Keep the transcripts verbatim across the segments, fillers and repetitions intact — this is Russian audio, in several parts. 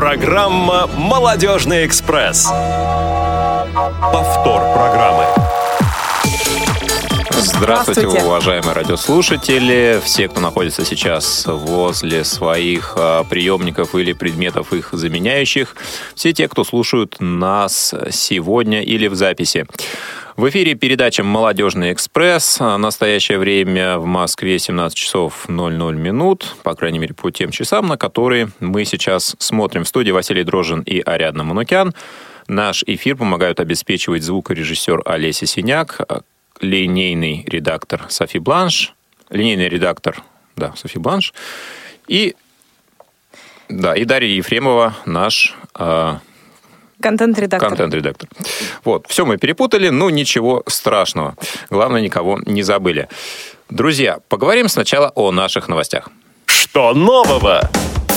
Программа «Молодежный экспресс». Повтор программы. Здравствуйте, Здравствуйте, уважаемые радиослушатели, все, кто находится сейчас возле своих а, приемников или предметов их заменяющих, все те, кто слушают нас сегодня или в записи. В эфире передача «Молодежный экспресс». Настоящее время в Москве семнадцать часов ноль ноль минут, по крайней мере, по тем часам, на которые мы сейчас смотрим. В студии Василий Дрожжин и Ариадна Манукян. Наш эфир помогают обеспечивать звукорежиссер Олеся Синяк, линейный редактор Софи Бланш, линейный редактор, да, Софи Бланш, и, да, и Дарья Ефремова, наш э, контент-редактор. контент-редактор. Вот, все мы перепутали, но ничего страшного. Главное, никого не забыли. Друзья, поговорим сначала о наших новостях. Что нового?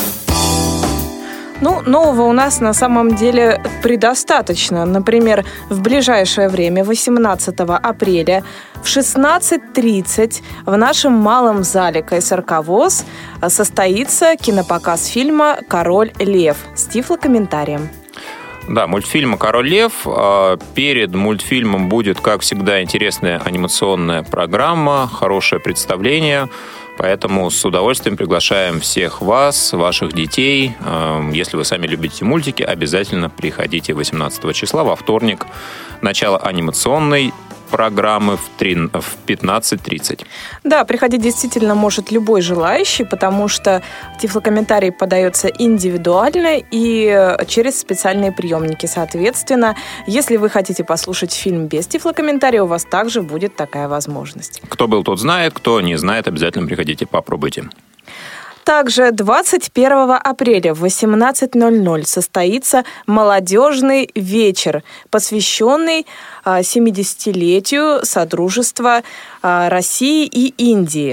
Ну, нового у нас на самом деле предостаточно. Например, в ближайшее время, восемнадцатого апреля, в шестнадцать тридцать в нашем малом зале ка эс эр ка ВОС состоится кинопоказ фильма «Король лев» с тифлокомментарием. Да, мультфильм «Король лев». Перед мультфильмом будет, как всегда, интересная анимационная программа, хорошее представление. Поэтому с удовольствием приглашаем всех вас, ваших детей. Если вы сами любите мультики, обязательно приходите восемнадцатого числа, во вторник. Начало анимационной программы в пятнадцать тридцать. Да, приходить действительно может любой желающий, потому что тифлокомментарий подается индивидуально и через специальные приемники. Соответственно, если вы хотите послушать фильм без тифлокомментария, у вас также будет такая возможность. Кто был, тот знает, кто не знает, обязательно приходите, попробуйте. Также двадцать первого апреля в восемнадцать ноль ноль состоится молодежный вечер, посвященный семидесятилетию Содружества России и Индии.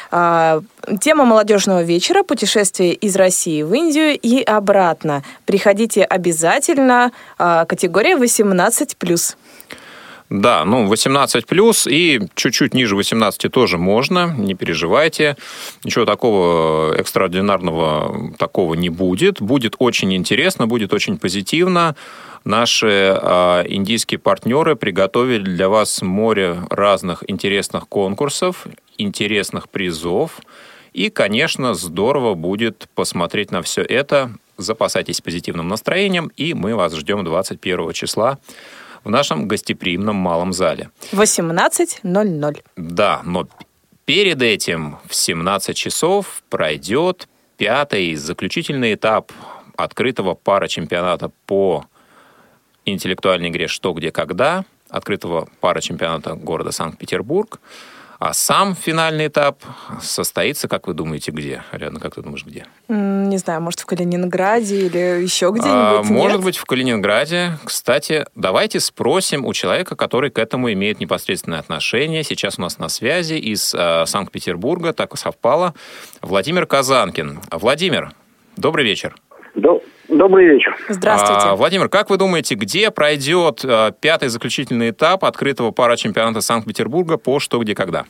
Тема молодежного вечера – путешествие из России в Индию и обратно. Приходите обязательно, категория восемнадцать плюс. Да, ну, восемнадцать плюс и чуть-чуть ниже восемнадцати тоже можно, не переживайте. Ничего такого экстраординарного такого не будет. Будет очень интересно, будет очень позитивно. Наши э, индийские партнеры приготовили для вас море разных интересных конкурсов, интересных призов. И, конечно, здорово будет посмотреть на все это. Запасайтесь позитивным настроением, и мы вас ждем двадцать первого числа. В нашем гостеприимном малом зале. восемнадцать ноль ноль. Да, но перед этим в семнадцать часов пройдет пятый заключительный этап открытого парачемпионата по интеллектуальной игре «Что, где, когда», открытого парачемпионата города Санкт-Петербург. А сам финальный этап состоится, как вы думаете, где? Ариадна, как ты думаешь, где? Не знаю, может, в Калининграде или еще где-нибудь? А, может Нет? быть, в Калининграде. Кстати, давайте спросим у человека, который к этому имеет непосредственное отношение. Сейчас у нас на связи из э, Санкт-Петербурга, так и совпало, Владимир Казанкин. Владимир, добрый вечер. Добрый вечер. Здравствуйте. А, Владимир, как вы думаете, где пройдет а, пятый заключительный этап открытого парачемпионата Санкт-Петербурга по «Что, где, когда»?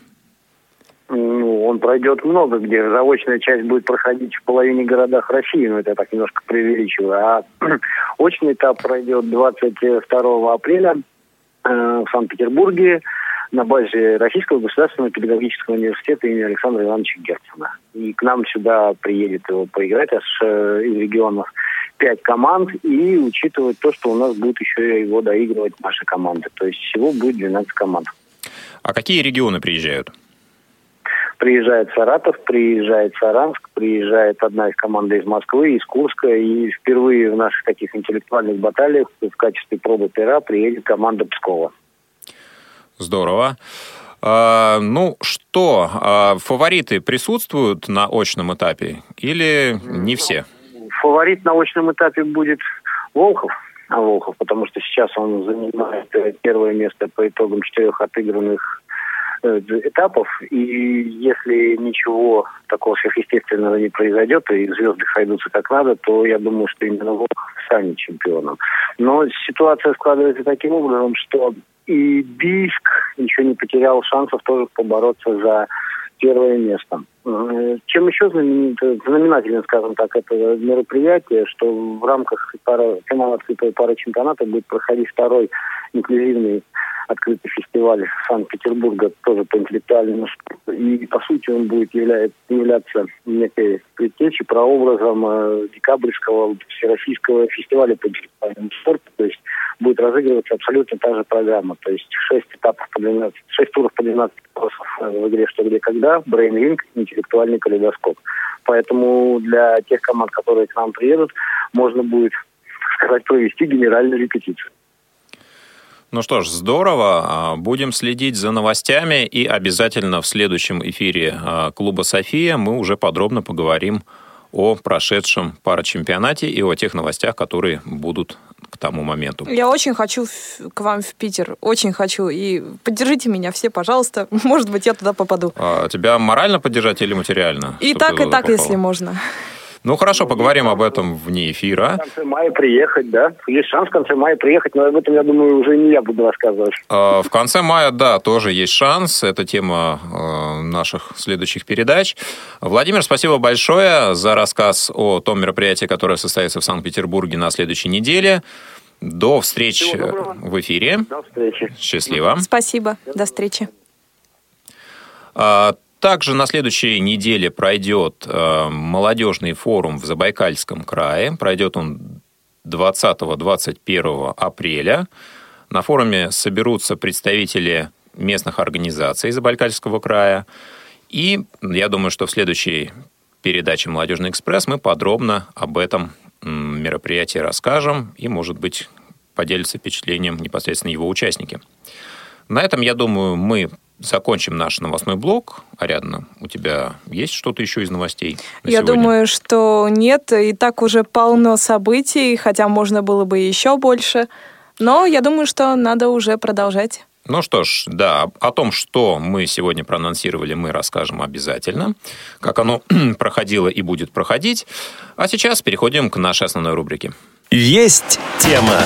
Ну, он пройдет много где. Заочная часть будет проходить в половине городах России, но это я так немножко преувеличиваю. А очный этап пройдет двадцать второго апреля э, в Санкт-Петербурге на базе Российского государственного педагогического университета имени Александра Ивановича Герцена. И к нам сюда приедет его поиграть аж из регионов пять команд, и учитывать то, что у нас будет еще его доигрывать наши команды. То есть всего будет двенадцать команд. А какие регионы приезжают? Приезжает Саратов, приезжает Саранск, приезжает одна из команд из Москвы, из Курска, и впервые в наших таких интеллектуальных баталиях в качестве пробы пера приедет команда Пскова. Здорово. А, ну что, а фавориты присутствуют на очном этапе или не все? Фаворит на очном этапе будет Волхов, а Волхов, потому что сейчас он занимает первое место по итогам четырех отыгранных этапов, и если ничего такого сверхъестественного не произойдет, и звезды сойдутся как надо, то я думаю, что именно Волхов станет чемпионом. Но ситуация складывается таким образом, что и Бийск еще не потерял шансов тоже побороться за первое место. Чем еще знаменательно, скажем так, это мероприятие, что в рамках пара, финала открытого пары чемпионата будет проходить второй инклюзивный открытый фестиваль Санкт-Петербурга тоже по интеллектуальному спорту. И, по сути, он будет является, являться некой предтечей, прообразом э, декабрьского всероссийского фестиваля по интеллектуальному спорту. То есть будет разыгрываться абсолютно та же программа. То есть шесть этапов по двенадцать, шесть туров по двенадцать вопросов в игре «Что, где, когда», брейн-ринг, интеллектуальный калейдоскоп. Поэтому для тех команд, которые к нам приедут, можно будет, сказать, провести генеральную репетицию. Ну что ж, здорово. Будем следить за новостями, и обязательно в следующем эфире клуба «София» мы уже подробно поговорим о прошедшем парачемпионате и о тех новостях, которые будут к тому моменту. Я очень хочу к вам в Питер, очень хочу. И поддержите меня все, пожалуйста. Может быть, я туда попаду. А тебя морально поддержать или материально? И так, и так, попала? Если можно. Ну, хорошо, поговорим об этом вне эфира. В конце мая приехать, да? Есть шанс в конце мая приехать, но об этом, я думаю, уже не я буду рассказывать. В конце мая, да, тоже есть шанс. Это тема наших следующих передач. Владимир, спасибо большое за рассказ о том мероприятии, которое состоится в Санкт-Петербурге на следующей неделе. До встречи в эфире. До встречи. Счастливо. Спасибо. До встречи. Также на следующей неделе пройдет э, молодежный форум в Забайкальском крае. Пройдет он двадцатого — двадцать первого апреля. На форуме соберутся представители местных организаций Забайкальского края. И я думаю, что в следующей передаче «Молодежный экспресс» мы подробно об этом мероприятии расскажем и, может быть, поделятся впечатлением непосредственно его участники. На этом, я думаю, мы закончим наш новостной блок. Ариадна, у тебя есть что-то еще из новостей на Я сегодня? думаю, что нет. И так уже полно событий, хотя можно было бы еще больше. Но я думаю, что надо уже продолжать. Ну что ж, да, о том, что мы сегодня проанонсировали, мы расскажем обязательно, как оно проходило и будет проходить. А сейчас переходим к нашей основной рубрике. Есть тема.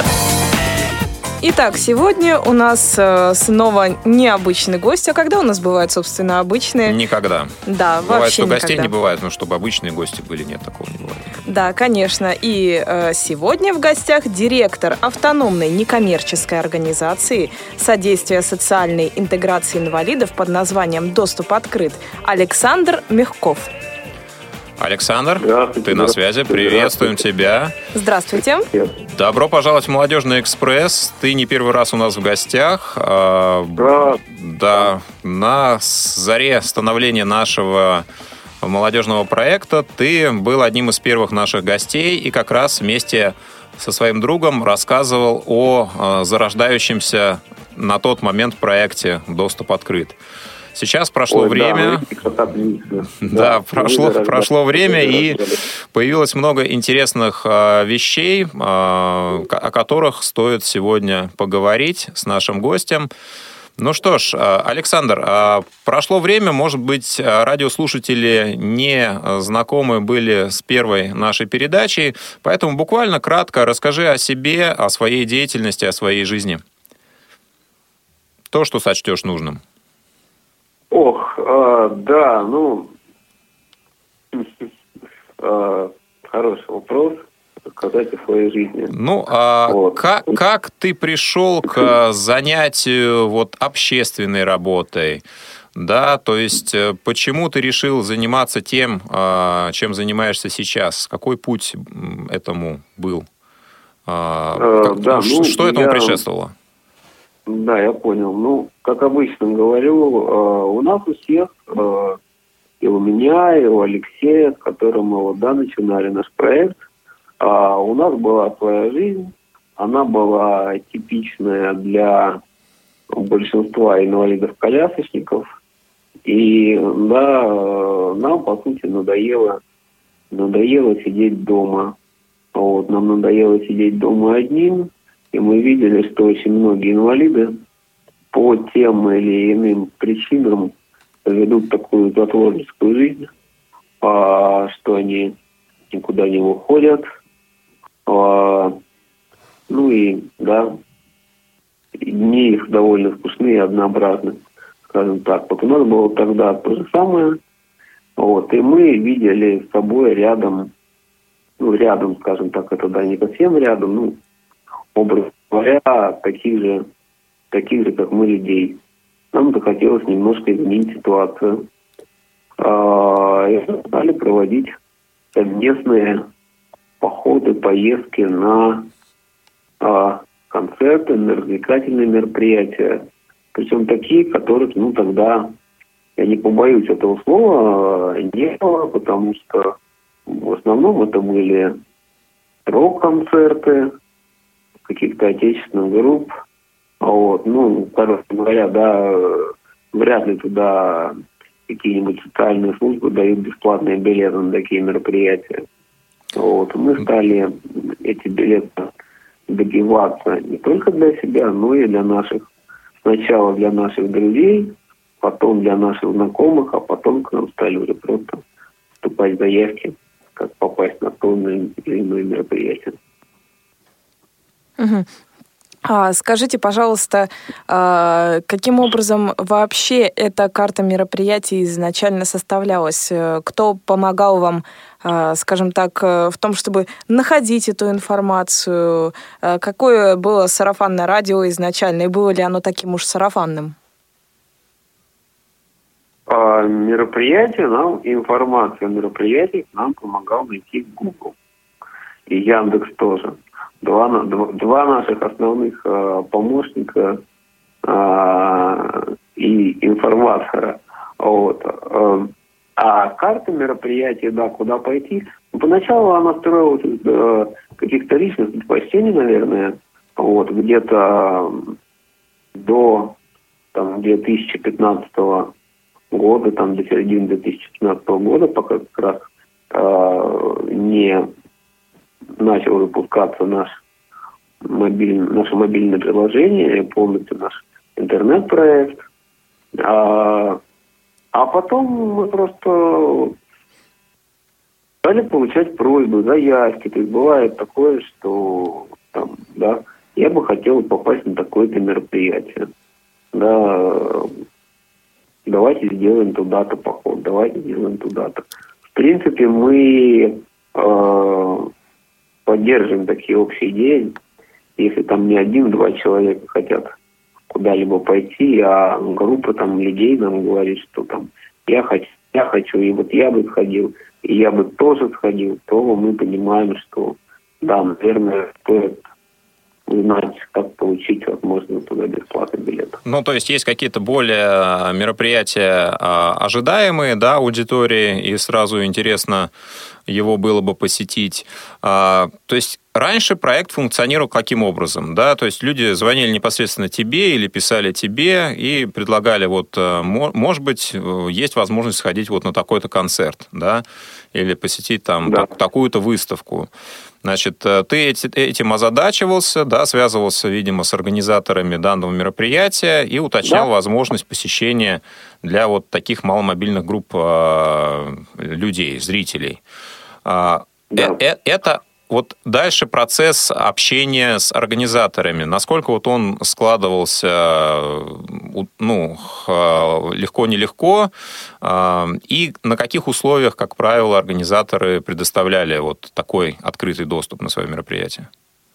Итак, сегодня у нас э, снова необычный гость. А когда у нас бывают, собственно, обычные? Никогда. Да, бывает, вообще что никогда. Гостей не бывает, но чтобы обычные гости были, нет, такого не бывает. Да, конечно. И э, сегодня в гостях директор автономной некоммерческой организации содействия социальной интеграции инвалидов под названием «Доступ открыт» Александр Мягков. Александр, ты на связи, приветствуем тебя. Здравствуйте. Добро пожаловать в «Молодежный экспресс». Ты не первый раз у нас в гостях. Да. Да, на заре становления нашего молодежного проекта ты был одним из первых наших гостей и как раз вместе со своим другом рассказывал о зарождающемся на тот момент проекте «Доступ открыт». Сейчас прошло Ой, время, да, да, да, прошло, прошло время, и появилось много интересных э, вещей, э, о которых стоит сегодня поговорить с нашим гостем. Ну что ж, Александр, э, прошло время, может быть, радиослушатели не знакомы были с первой нашей передачей, поэтому буквально кратко расскажи о себе, о своей деятельности, о своей жизни. То, что сочтешь нужным. Ох, э, да, ну, э, хороший вопрос, сказать о своей жизни. Ну, а вот. как, как ты пришел к занятию вот, общественной работой? Да, то есть, почему ты решил заниматься тем, чем занимаешься сейчас? Какой путь этому был? Э, как, да, что, ну, что этому я... предшествовало? Да, я понял. Ну, как обычно говорю, э, у нас у всех, э, и у меня, и у Алексея, с которым мы вот, да, начинали наш проект, э, у нас была своя жизнь, она была типичная для большинства инвалидов-колясочников, и, да, э, нам, по сути, надоело, надоело сидеть дома. Вот, нам надоело сидеть дома одним, и мы видели, что очень многие инвалиды по тем или иным причинам ведут такую затворническую жизнь, а, что они никуда не выходят. А, ну и, да, дни их довольно скучные и однообразны. скажем так. Вот у нас было тогда то же самое, вот, и мы видели с собой рядом, ну, рядом, скажем так, это да, не совсем рядом, ну, образно говоря, таких же, таких же, как мы, людей. Нам захотелось немножко изменить ситуацию. И стали проводить совместные походы, поездки на концерты, на развлекательные мероприятия. Причем такие, которых, ну, тогда, я не побоюсь этого слова, не было, потому что в основном это были рок-концерты каких-то отечественных групп. Вот. Ну, короче говоря, да, вряд ли туда какие-нибудь социальные службы дают бесплатные билеты на такие мероприятия. Вот. Мы стали эти билеты добиваться не только для себя, но и для наших, сначала для наших друзей, потом для наших знакомых, а потом к нам стали уже просто вступать заявки, как попасть на то или иное мероприятие. Угу. А скажите, пожалуйста, каким образом вообще эта карта мероприятий изначально составлялась? Кто помогал вам, скажем так, в том, чтобы находить эту информацию? Какое было сарафанное радио изначально, и было ли оно таким уж сарафанным? А мероприятие нам, информацию о мероприятиях нам помогал найти Google. И Яндекс тоже. Два, два, два наших основных э, помощника э, и информатора. Вот. Э, а карта мероприятия, да, куда пойти. Ну, поначалу она строилась из э, каких-то личных предпочтений, наверное. Вот, где-то до там, две тысячи пятнадцатого года, там, до середины две тысячи пятнадцатого года, пока как раз э, не начал выпускаться наш мобильный, наше мобильное приложение, полностью наш интернет-проект. А, а потом мы просто стали получать просьбы, заявки. То есть бывает такое, что там, да, я бы хотел попасть на такое-то мероприятие. Да, давайте сделаем туда-то поход, давайте сделаем туда-то. В принципе, мы э, поддерживаем такие общие идеи. Если там не один-два человека хотят куда-либо пойти, а группа там людей нам говорит, что там я хочу, я хочу, и вот я бы сходил, и я бы тоже сходил, то мы понимаем, что да, наверное, стоит узнать, как получить возможно туда бесплатный билет. Ну, то есть есть какие-то более мероприятия ожидаемые, да, аудитории, и сразу интересно его было бы посетить. То есть раньше проект функционировал каким образом? Да? То есть люди звонили непосредственно тебе или писали тебе и предлагали, вот, может быть, есть возможность сходить вот на такой-то концерт, да, или посетить там да. так, такую-то выставку. Значит, ты этим озадачивался, да, связывался, видимо, с организаторами данного мероприятия и уточнял да. возможность посещения для вот таких маломобильных групп людей, зрителей. Да. Это вот дальше процесс общения с организаторами. Насколько вот он складывался, ну, легко-нелегко, и на каких условиях, как правило, организаторы предоставляли вот такой открытый доступ на свое мероприятие?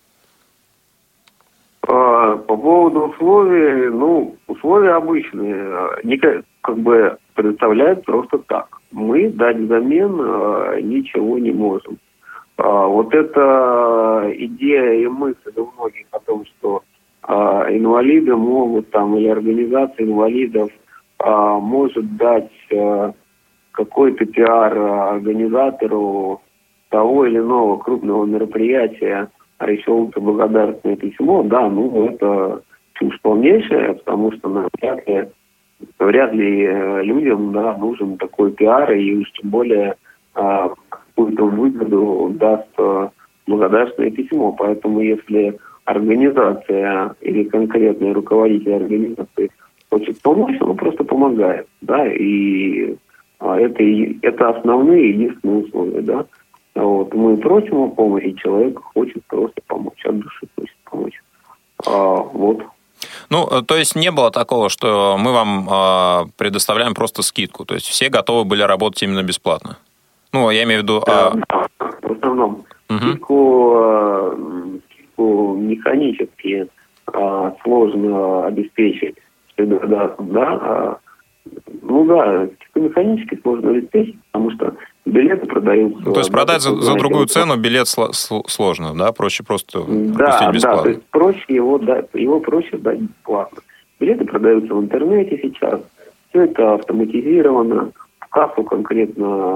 По поводу условий, ну, условия обычные, не как бы предоставляют просто так. Мы дать взамен ничего не можем. А, вот эта идея и мысль у многих о том, что а, инвалиды могут там, или организация инвалидов а, может дать а, какой-то пиар организатору того или иного крупного мероприятия, а еще благодарственное письмо, да, ну это чушь полнейшая, потому что ну, вряд ли, вряд ли людям да, нужен такой пиар, и уж тем более а, какую-то выгоду даст благодарственное письмо. Поэтому если организация или конкретный руководитель организации хочет помочь, он просто помогает. Да? И это, это основные и единственные условия. Да? Вот. Мы просим о помощи, человек хочет просто помочь, от души хочет помочь. А, вот. Ну, то есть не было такого, что мы вам э, предоставляем просто скидку. То есть все готовы были работать именно бесплатно. Ну, я имею в виду... Да, А... в основном. Угу. Скидку, э, скидку механически э, сложно обеспечить. Да, да, ну да, механически сложно обеспечить, потому что билеты продаются... Ну, то есть продать за, за другую цену билет сложно, да? Проще просто да, пустить бесплатно. Да, то есть проще его, да, его проще дать бесплатно. Билеты продаются в интернете сейчас, все это автоматизировано, в кассу конкретно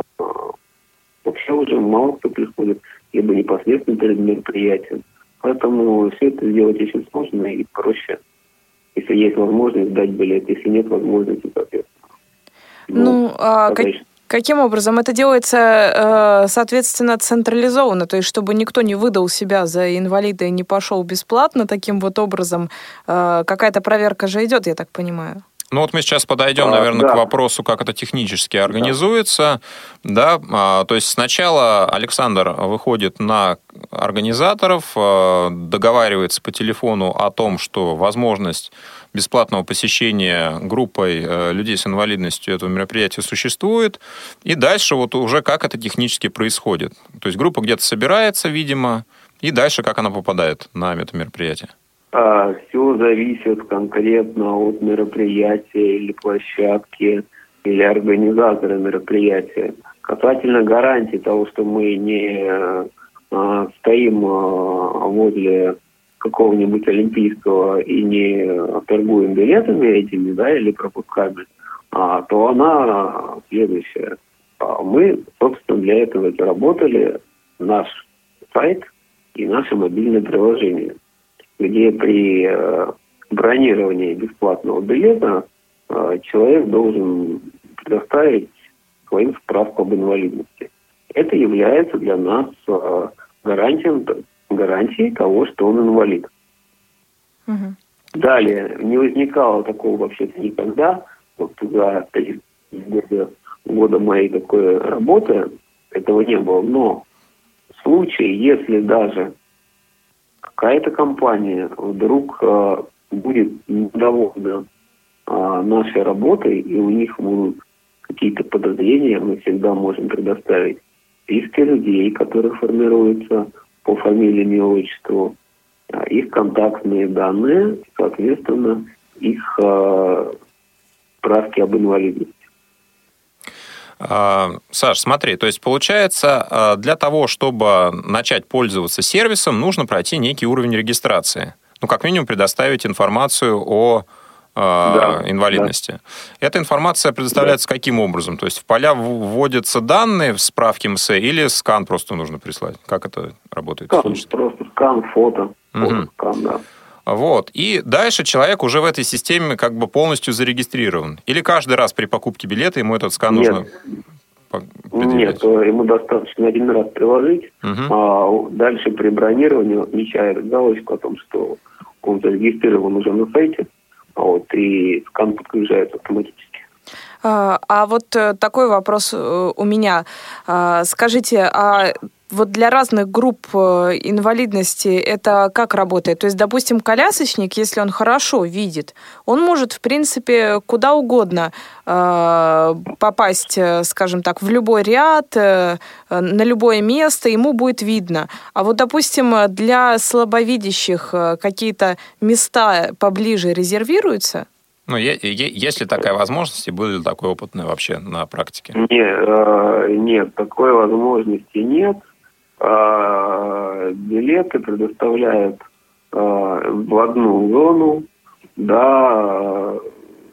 вообще уже мало кто приходит, либо непосредственно перед мероприятием. Поэтому все это сделать очень сложно и проще, если есть возможность дать билет, если нет возможности, соответственно. Ну, ну а как, каким образом это делается, соответственно, централизованно, то есть чтобы никто не выдал себя за инвалида и не пошел бесплатно, таким вот образом какая-то проверка же идет, я так понимаю. Ну вот мы сейчас подойдем, наверное, а, да. к вопросу, как это технически организуется. Да. Да? То есть сначала Александр выходит на организаторов, договаривается по телефону о том, что возможность бесплатного посещения группой людей с инвалидностью этого мероприятия существует. И дальше вот уже как это технически происходит. То есть группа где-то собирается, видимо, и дальше как она попадает на это мероприятие. Все зависит конкретно от мероприятия или площадки, или организатора мероприятия. Касательно гарантии того, что мы не а, стоим а, возле какого-нибудь олимпийского и не торгуем билетами этими, да, или пропусками, а, то она следующая. А мы, собственно, для этого заработали наш сайт и наше мобильное приложение, где при э, бронировании бесплатного билета э, человек должен предоставить свою справку об инвалидности. Это является для нас э, гарантией, гарантией того, что он инвалид. Угу. Далее, не возникало такого вообще-то никогда. Вот за три года, года моей такой работы этого не было. Но в случае, если даже какая-то компания вдруг э, будет недовольна э, нашей работой, и у них будут какие-то подозрения, мы всегда можем предоставить списки людей, которые формируются по фамилии и отчеству, э, их контактные данные, соответственно, их э, справки об инвалидности. Саш, смотри, то есть получается, для того, чтобы начать пользоваться сервисом, нужно пройти некий уровень регистрации. Ну, как минимум, предоставить информацию о да, инвалидности. Да. Эта информация предоставляется да. каким образом? То есть в поля вводятся данные в справке МС или скан просто нужно прислать? Как это работает? Скан, просто скан, фото. фото угу. скан, да. Вот. И дальше человек уже в этой системе как бы полностью зарегистрирован. Или каждый раз при покупке билета ему этот скан Нет. нужно предъявлять? Нет, ему достаточно один раз приложить, угу. а дальше при бронировании отмечает галочку о том, что он зарегистрирован уже на сайте, а вот, и скан подключается автоматически. А, а вот такой вопрос у меня. Скажите, а вот для разных групп инвалидности это как работает? То есть, допустим, колясочник, если он хорошо видит, он может, в принципе, куда угодно э, попасть, скажем так, в любой ряд, э, на любое место, ему будет видно. А вот, допустим, для слабовидящих какие-то места поближе резервируются? Ну, есть ли такая возможность, и были ли такое опытное вообще на практике? Нет, э, нет, такой возможности нет. Э, билеты предоставляют э, в одну зону, да, э,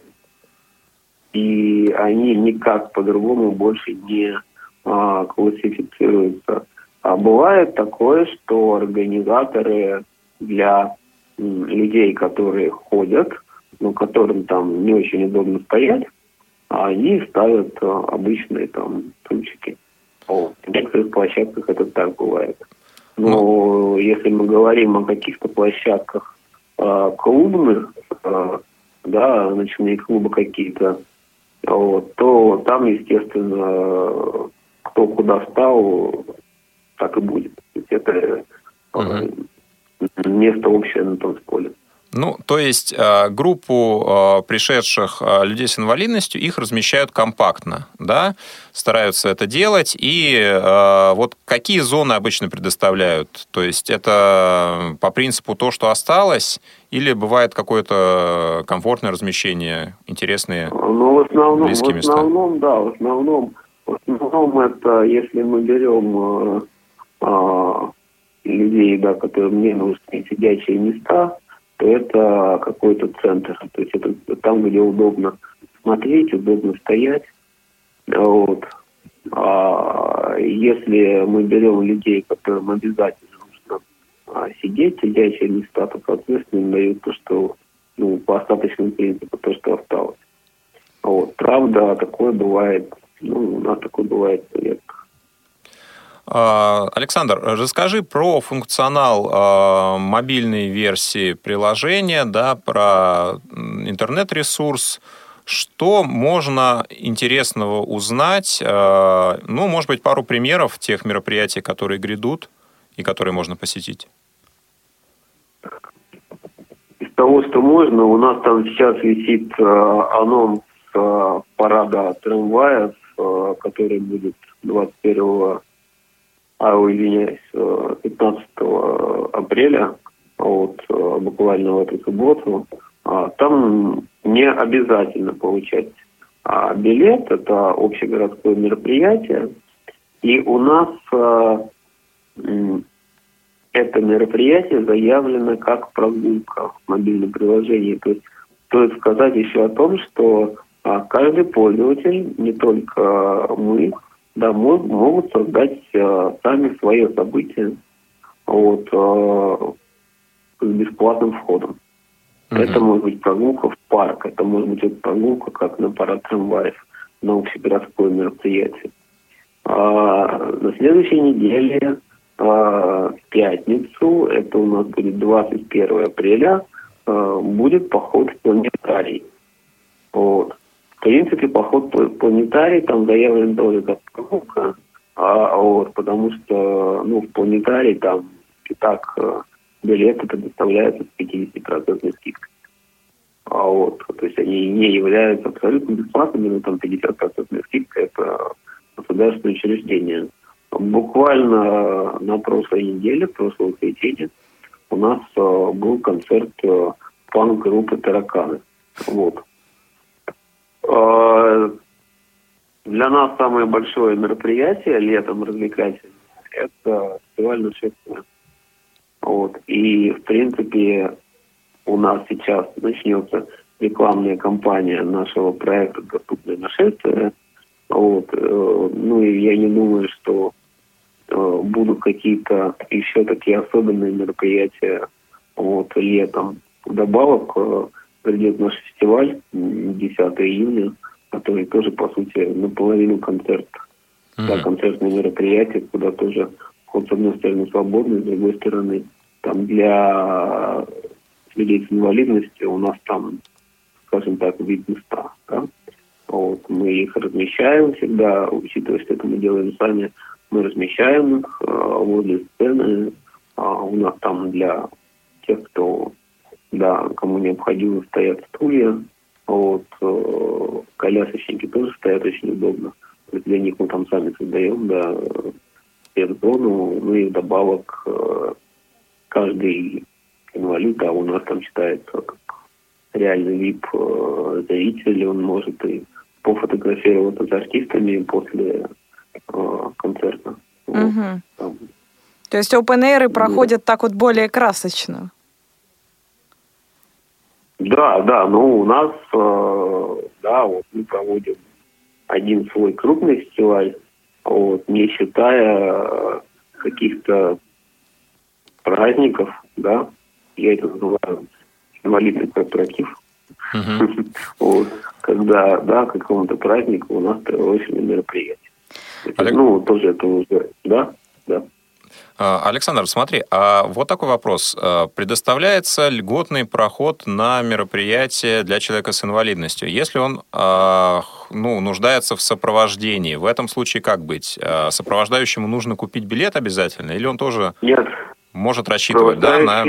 и они никак по-другому больше не э, классифицируются. А бывает такое, что организаторы для э, людей, которые ходят, но которым там не очень удобно стоять, а они ставят а, обычные там стульчики. О, в некоторых площадках это так бывает. Но ну, если мы говорим о каких-то площадках а, клубных, а, да, ночные клубы какие-то, вот, то там, естественно, кто куда встал, так и будет. Это uh-huh. место общее на танцполе. Ну, то есть э, группу э, пришедших э, людей с инвалидностью, их размещают компактно, да, стараются это делать. И э, вот какие зоны обычно предоставляют? То есть это по принципу то, что осталось, или бывает какое-то комфортное размещение, интересные, ну, в основном, близкие в места? основном, да, в основном, в основном это, если мы берем э, э, людей, да, которым не нужны сидячие места, то это какой-то центр. То есть это там, где удобно смотреть, удобно стоять. Вот. А если мы берем людей, которым обязательно нужно а, сидеть, сидячие места, то, соответственно, им дают то, что, ну, по остаточному принципу, то, что осталось. Вот. Правда, такое бывает, ну, у нас такое бывает редко. Александр, расскажи про функционал э, мобильной версии приложения, да, про интернет-ресурс. Что можно интересного узнать? Э, ну, может быть, пару примеров тех мероприятий, которые грядут и которые можно посетить. Из того, что можно, у нас там сейчас висит э, анонс э, парада трамваев, э, который будет двадцать первого а, извиняюсь, пятнадцатого апреля, вот, буквально в эту субботу. Там не обязательно получать билет, это общегородское мероприятие, и у нас это мероприятие заявлено как прогулка в мобильном приложении. То есть стоит сказать еще о том, что каждый пользователь, не только мы, да, могут создать э, сами свое событие, вот, э, с бесплатным входом. Uh-huh. Это может быть прогулка в парк, это может быть прогулка как на парад трамваев, на общегородское мероприятие. А на следующей неделе, а, в пятницу, это у нас будет двадцать первого апреля, а, будет поход в планетарий. Вот. В принципе, поход по планетарий там заявлен тоже как прогулка, а, вот, потому что, ну, в планетарий там и так а, билеты предоставляются с пятьдесят процентов скидкой. А вот, то есть они не являются абсолютно бесплатными, но там пятьдесят процентов скидка — это государственное учреждение. Буквально на прошлой неделе, в прошлое воскресенье, у нас а, был концерт а, панк-группы «Тараканы». Вот. Для нас самое большое мероприятие летом развлекательное — это фестиваль нашествия. Вот. И, в принципе, у нас сейчас начнется рекламная кампания нашего проекта «Доступное нашествие». Вот. Ну и я не думаю, что будут какие-то еще такие особенные мероприятия вот, летом. Вдобавок придет наш фестиваль десятого июня, который тоже, по сути, наполовину концерт. Mm-hmm. Да, концертное мероприятие, куда тоже вход, с одной стороны, свободный, с другой стороны, там для людей с инвалидностью у нас там, скажем так, вид места. Да? Вот, мы их размещаем всегда, учитывая, что это мы делаем сами, мы размещаем их э, возле сцены. А у нас там для тех, кто, да, кому необходимо, стоят стулья. Вот, э, колясочники тоже стоят очень удобно. То есть для них мы там сами создаем, да, спецзону. Ну и вдобавок э, каждый инвалид, а у нас там считается как реальный вип э, зритель, он может и пофотографироваться с артистами после э, концерта. Угу. Вот, там. То есть open-air проходят да. так вот более красочно? Да, да, ну у нас, э, да, вот мы проводим один свой крупный фестиваль, вот, не считая каких-то праздников, да, я это называю инвалидный корпоратив. Uh-huh. Вот, когда, да, к какому-то празднику у нас приурочены мероприятия. Олег... Ну, тоже это уже, да, да. Александр, смотри, а вот такой вопрос. Предоставляется льготный проход на мероприятие для человека с инвалидностью, если он ну, нуждается в сопровождении? В этом случае как быть? Сопровождающему нужно купить билет обязательно, или он тоже Нет. может рассчитывать да, на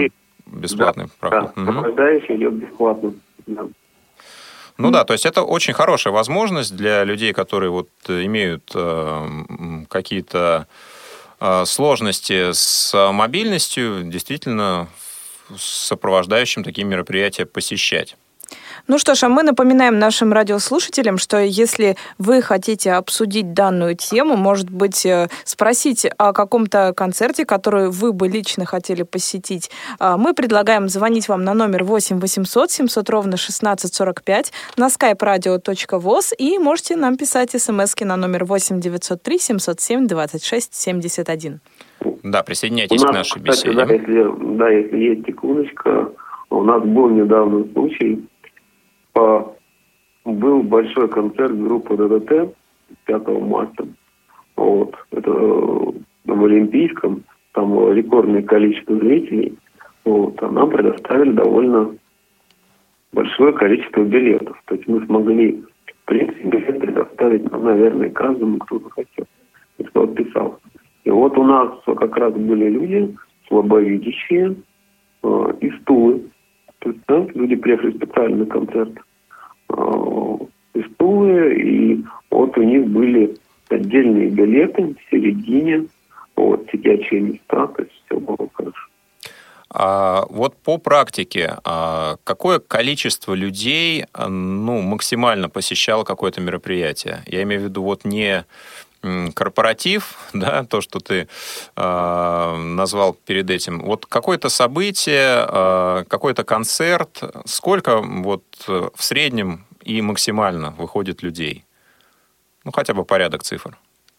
бесплатный да, проход. Да, угу. сопровождающий идет бесплатно. Да. Ну да, то есть это очень хорошая возможность для людей, которые вот имеют э, какие-то э, сложности с мобильностью, действительно с сопровождающим такие мероприятия посещать. Ну что ж, а мы напоминаем нашим радиослушателям, что если вы хотите обсудить данную тему, может быть, спросить о каком-то концерте, который вы бы лично хотели посетить, мы предлагаем звонить вам на номер восемь восемьсот семьсот ровно шестнадцать сорок пять на skype radio точка voz и можете нам писать смски на номер восемь девятьсот три семьсот семь двадцать шесть семьдесят один. Да, присоединяйтесь нас, к нашей кстати, беседе. Да если, да, если есть секундочка, у нас был недавно случай, по, был большой концерт группы ДДТ пятого марта. Вот. Это в Олимпийском, там рекордное количество зрителей. Вот. А нам предоставили довольно большое количество билетов. То есть мы смогли, в принципе, билет предоставить, ну, наверное, каждому, кто захотел, кто отписался. И вот у нас как раз были люди слабовидящие э, из Тулы. То есть, да, люди приехали специально на концерт э, из Тулы, и вот у них были отдельные билеты в середине, вот, сидячие места, то есть все было хорошо. А вот по практике, а какое количество людей, ну, максимально посещало какое-то мероприятие? Я имею в виду вот не корпоратив, да, то, что ты э, назвал перед этим. Вот какое-то событие, э, какой-то концерт, сколько вот в среднем и максимально выходит людей? Ну, хотя бы порядок цифр.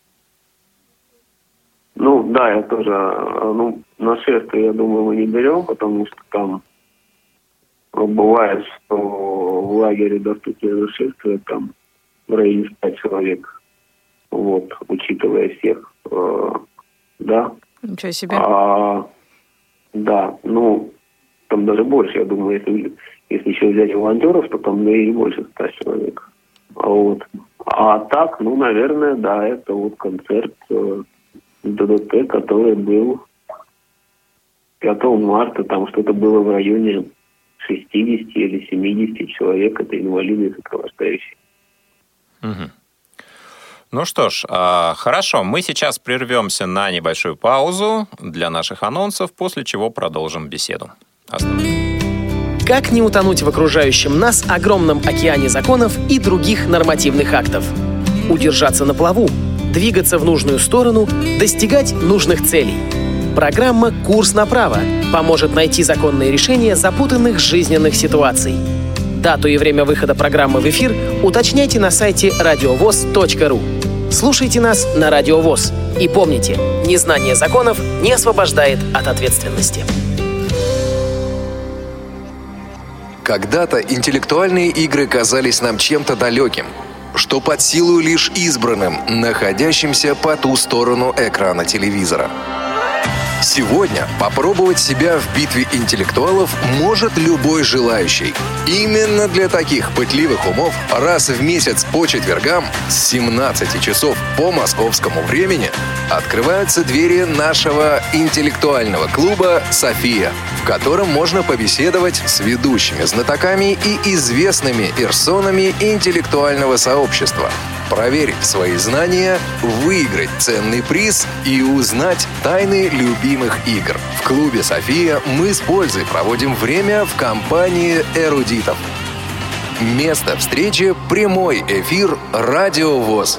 Ну, да, я тоже, ну, нашествие, я думаю, мы не берем, потому что там бывает, что в лагере доступное нашествие там в районе ста человек. Вот, учитывая всех, э, да. Ничего себе. А, да, ну, там даже больше, я думаю, если, если еще взять волонтеров, то там, да, и больше ста человек. А, вот. А так, ну, наверное, да, это вот концерт э, ДДТ, который был пятого марта, там что-то было в районе шестидесяти или семидесяти человек, это инвалиды и сопровождающие. Угу. Ну что ж, хорошо, мы сейчас прервемся на небольшую паузу для наших анонсов, после чего продолжим беседу. Оставайтесь. Как не утонуть в окружающем нас огромном океане законов и других нормативных актов? Удержаться на плаву, двигаться в нужную сторону, достигать нужных целей. Программа «Курс направо» поможет найти законные решения запутанных жизненных ситуаций. Дату и время выхода программы в эфир уточняйте на сайте радиовоз точка ру. Слушайте нас на Радио ВОС. И помните, незнание законов не освобождает от ответственности. Когда-то интеллектуальные игры казались нам чем-то далеким, что под силу лишь избранным, находящимся по ту сторону экрана телевизора. Сегодня попробовать себя в битве интеллектуалов может любой желающий. Именно для таких пытливых умов раз в месяц по четвергам с семнадцати часов по московскому времени открываются двери нашего интеллектуального клуба «София», в котором можно побеседовать с ведущими знатоками и известными персонами интеллектуального сообщества, проверить свои знания, выиграть ценный приз и узнать тайны любимых игр. В клубе «София» мы с пользой проводим время в компании эрудитов. Место встречи – прямой эфир «Радио ВОС».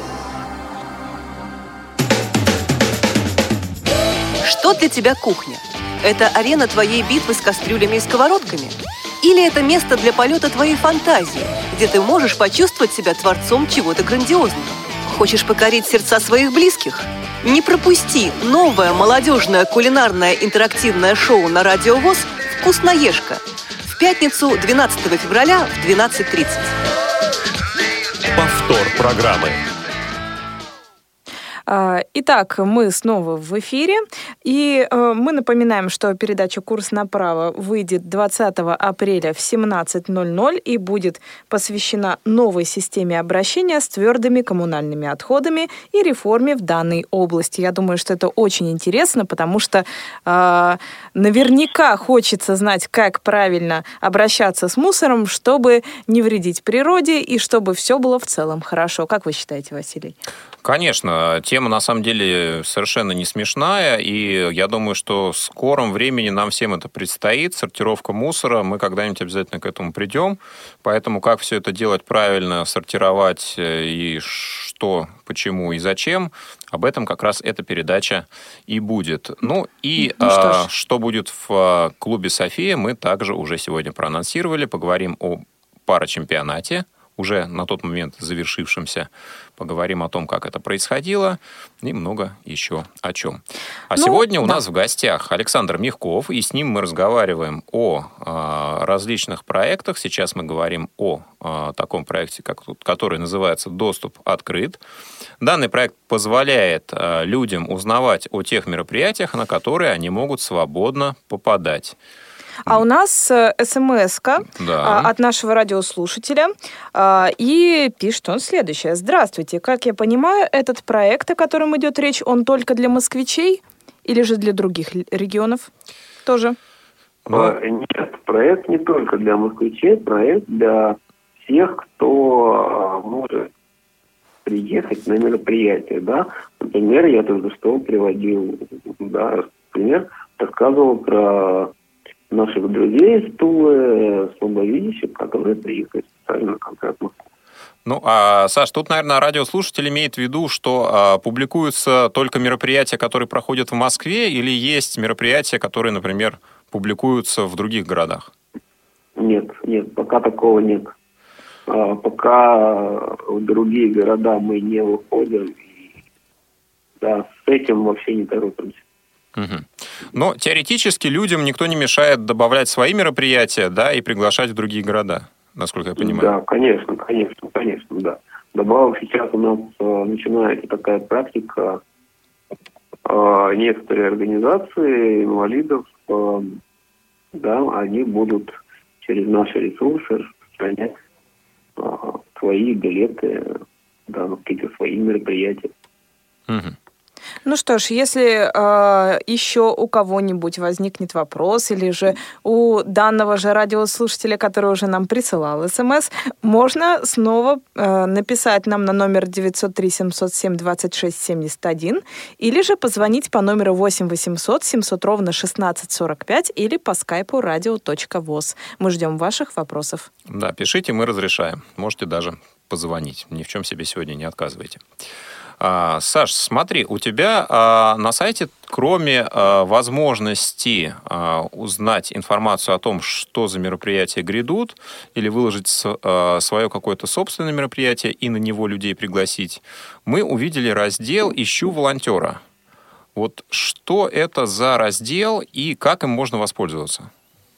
Что для тебя кухня? Это арена твоей битвы с кастрюлями и сковородками? Или это место для полета твоей фантазии, где ты можешь почувствовать себя творцом чего-то грандиозного? Хочешь покорить сердца своих близких? Не пропусти новое молодежное кулинарное интерактивное шоу на Радио ВОС «Вкусноежка» в пятницу двенадцатого февраля в двенадцать тридцать. Повтор программы. Итак, мы снова в эфире, и мы напоминаем, что передача «Курс направо» выйдет двадцатого апреля в семнадцать ноль ноль и будет посвящена новой системе обращения с твердыми коммунальными отходами и реформе в данной области. Я думаю, что это очень интересно, потому что э, наверняка хочется знать, как правильно обращаться с мусором, чтобы не вредить природе и чтобы все было в целом хорошо. Как вы считаете, Василий? Конечно, тема на самом деле совершенно не смешная, и я думаю, что в скором времени нам всем это предстоит, сортировка мусора, мы когда-нибудь обязательно к этому придем, поэтому как все это делать правильно, сортировать и что, почему и зачем, об этом как раз эта передача и будет. Ну и ну, что, а, что будет в клубе «София», мы также уже сегодня проанонсировали, поговорим о парачемпионате, уже на тот момент завершившемся. Поговорим о том, как это происходило, и много еще о чем. А ну, сегодня у да. нас в гостях Александр Мягков, и с ним мы разговариваем о э, различных проектах. Сейчас мы говорим о э, таком проекте, как, который называется «Доступ открыт». Данный проект позволяет э, людям узнавать о тех мероприятиях, на которые они могут свободно попадать. А у нас смс-ка да. от нашего радиослушателя, и пишет он следующее. Здравствуйте. Как я понимаю, этот проект, о котором идет речь, он только для москвичей или же для других регионов тоже? Ну, нет, проект не только для москвичей, проект для всех, кто может приехать на мероприятие. Да? Например, я только что приводил да, пример, рассказывал про наших друзей из Тулы, слабовидящих, которые приехали специально на концерт. Ну, а, Саш, тут, наверное, радиослушатель имеет в виду, что а, публикуются только мероприятия, которые проходят в Москве, или есть мероприятия, которые, например, публикуются в других городах? Нет, нет, пока такого нет. А, пока в другие города мы не выходим, и, да, с этим вообще не торопимся. Угу. Но теоретически людям никто не мешает добавлять свои мероприятия, да, и приглашать в другие города, насколько я понимаю. Да, конечно, конечно, конечно, да. Добавок сейчас у нас э, начинается такая практика. Э, некоторые организации инвалидов, э, да, они будут через наши ресурсы распространять э, свои билеты, да, на какие-то свои мероприятия. Угу. Ну что ж, если э, еще у кого-нибудь возникнет вопрос, или же у данного же радиослушателя, который уже нам присылал смс, можно снова э, написать нам на номер девятьсот три семьсот семь двадцать шесть семьдесят один, или же позвонить по номеру восемь восемьсот семьсот ровно шестнадцать сорок пять или по скайпу radio.voz. Мы ждем ваших вопросов. Да, пишите, мы разрешаем. Можете даже позвонить. Ни в чем себе сегодня не отказывайте. А, Саш, смотри, у тебя а, на сайте, кроме а, возможности а, узнать информацию о том, что за мероприятия грядут, или выложить с, а, свое какое-то собственное мероприятие и на него людей пригласить, мы увидели раздел «Ищу волонтера». Вот что это за раздел и как им можно воспользоваться?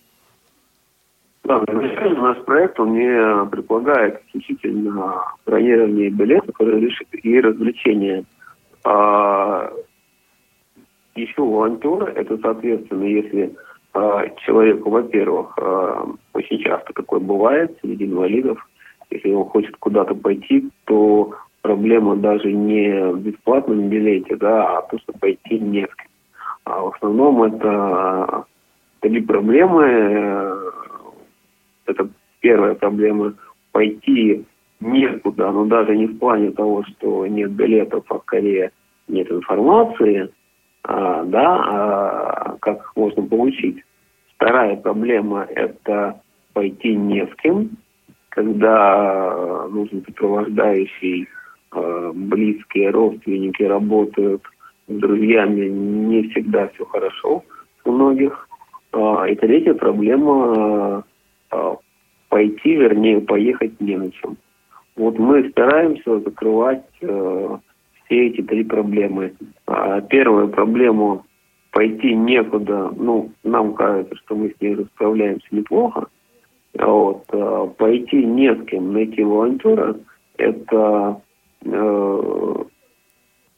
Да, изначально наш проект, он не предполагает исключительно бронирование билетов и развлечения. А, еще волонтеры, это, соответственно, если а, человеку, во-первых, а, очень часто такое бывает среди инвалидов, если он хочет куда-то пойти, то проблема даже не в бесплатном билете, да, а то, что пойти не в кем. А в основном это три проблемы. Это первая проблема – пойти некуда, но даже не в плане того, что нет билетов, а скорее нет информации, а, да, а как их можно получить. Вторая проблема – это пойти не с кем, когда нужен сопровождающий, близкие, родственники работают с друзьями, не всегда все хорошо у многих. И третья проблема – пойти, вернее, поехать не на чем. Вот мы стараемся закрывать э, все эти три проблемы. А первую проблему пойти некуда, ну, нам кажется, что мы с ней справляемся неплохо. А вот, э, пойти не с кем, найти волонтера, это э,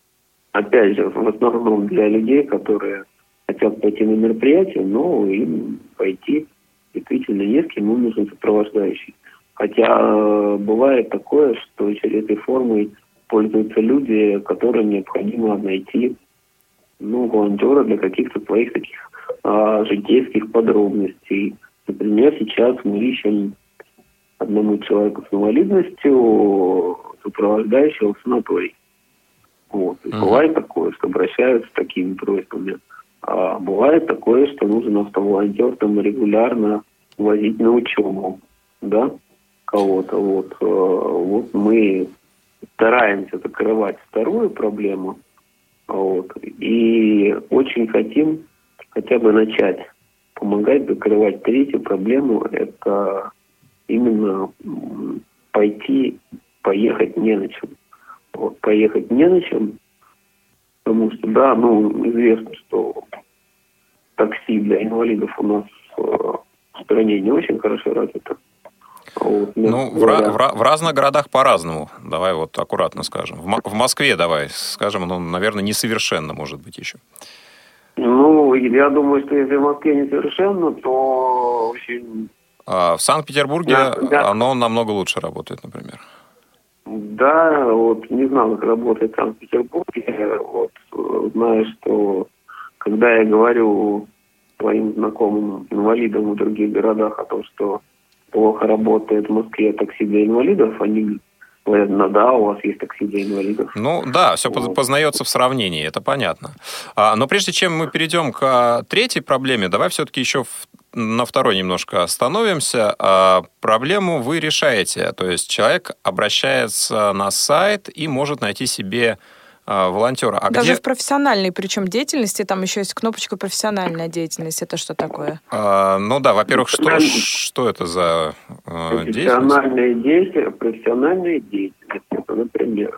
опять же, в основном для людей, которые хотят пойти на мероприятие, но им пойти действительно не с кем, им нужен сопровождающий. Хотя э, бывает такое, что через этой формой пользуются люди, которым необходимо найти ну, волонтера для каких-то своих таких э, житейских подробностей. Например, сейчас мы ищем одному человеку с инвалидностью сопровождающего в санаторий. Вот. И uh-huh. Бывает такое, что обращаются с такими просьбами. А бывает такое, что нужен автоволонтер там регулярно возить на учебу, да, кого-то. Вот, вот мы стараемся закрывать вторую проблему, вот, и очень хотим хотя бы начать помогать закрывать третью проблему. Это именно пойти, поехать не на чем. Вот, поехать не на чем, потому что, да, ну, известно, что такси для инвалидов у нас э, в стране не очень хорошо развито. Вот, ну, в, в, в разных городах по-разному. Давай вот аккуратно скажем. В, в Москве, давай скажем, ну, наверное, несовершенно, может быть, еще. Ну, я думаю, что если в Москве несовершенно, то очень... А в Санкт-Петербурге да, да. Оно намного лучше работает, например. Да, вот не знал, как работает в Санкт-Петербурге. Вот знаю, что когда я говорю своим знакомым инвалидам в других городах о том, что плохо работает в Москве такси для инвалидов, они говорят, ну да, у вас есть такси для инвалидов. Ну да, все вот. Познается в сравнении, это понятно. А, но прежде чем мы перейдем к третьей проблеме, давай все-таки еще в на второй немножко остановимся. А, проблему вы решаете. То есть человек обращается на сайт и может найти себе а, волонтера. А Даже где... в профессиональной, причем деятельности, там еще есть кнопочка «Профессиональная деятельность». Это что такое? А, ну да, во-первых, что, что это за а, профессиональная деятельность? Профессиональная деятельность. Это, например,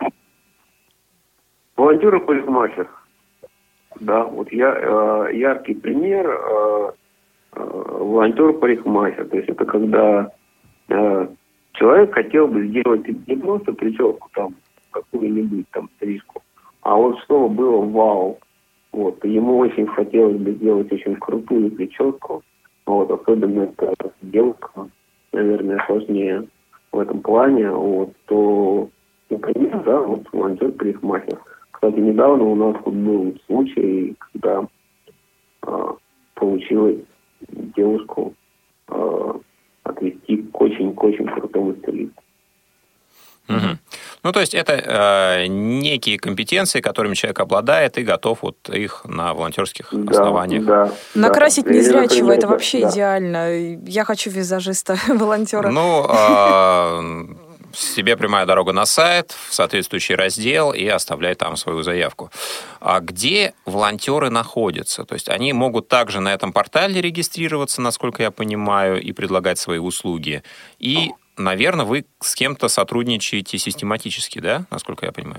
волонтер-парикмахер. Да, вот я, э, яркий пример э, волонтер-парикмахер. То есть это когда э, человек хотел бы сделать не просто прическу там, какую-нибудь там стрижку, а вот чтобы было вау. Вот. Ему очень хотелось бы сделать очень крутую прическу. Вот. Особенно это девушка, наверное, сложнее в этом плане. Вот. То, например, да, вот волонтер-парикмахер. Кстати, недавно у нас тут был случай, когда э, получилось девушку э, отвести к очень-очень крутому стилисту. Угу. Ну, то есть это э, некие компетенции, которыми человек обладает и готов вот их на волонтерских да, основаниях. Да, Накрасить да. незрячего, это вообще да. идеально. Я хочу визажиста-волонтера. Ну, э, себе прямая дорога на сайт, в соответствующий раздел и оставляй там свою заявку. А где волонтеры находятся? То есть они могут также на этом портале регистрироваться, насколько я понимаю, и предлагать свои услуги. И, наверное, вы с кем-то сотрудничаете систематически, да, насколько я понимаю?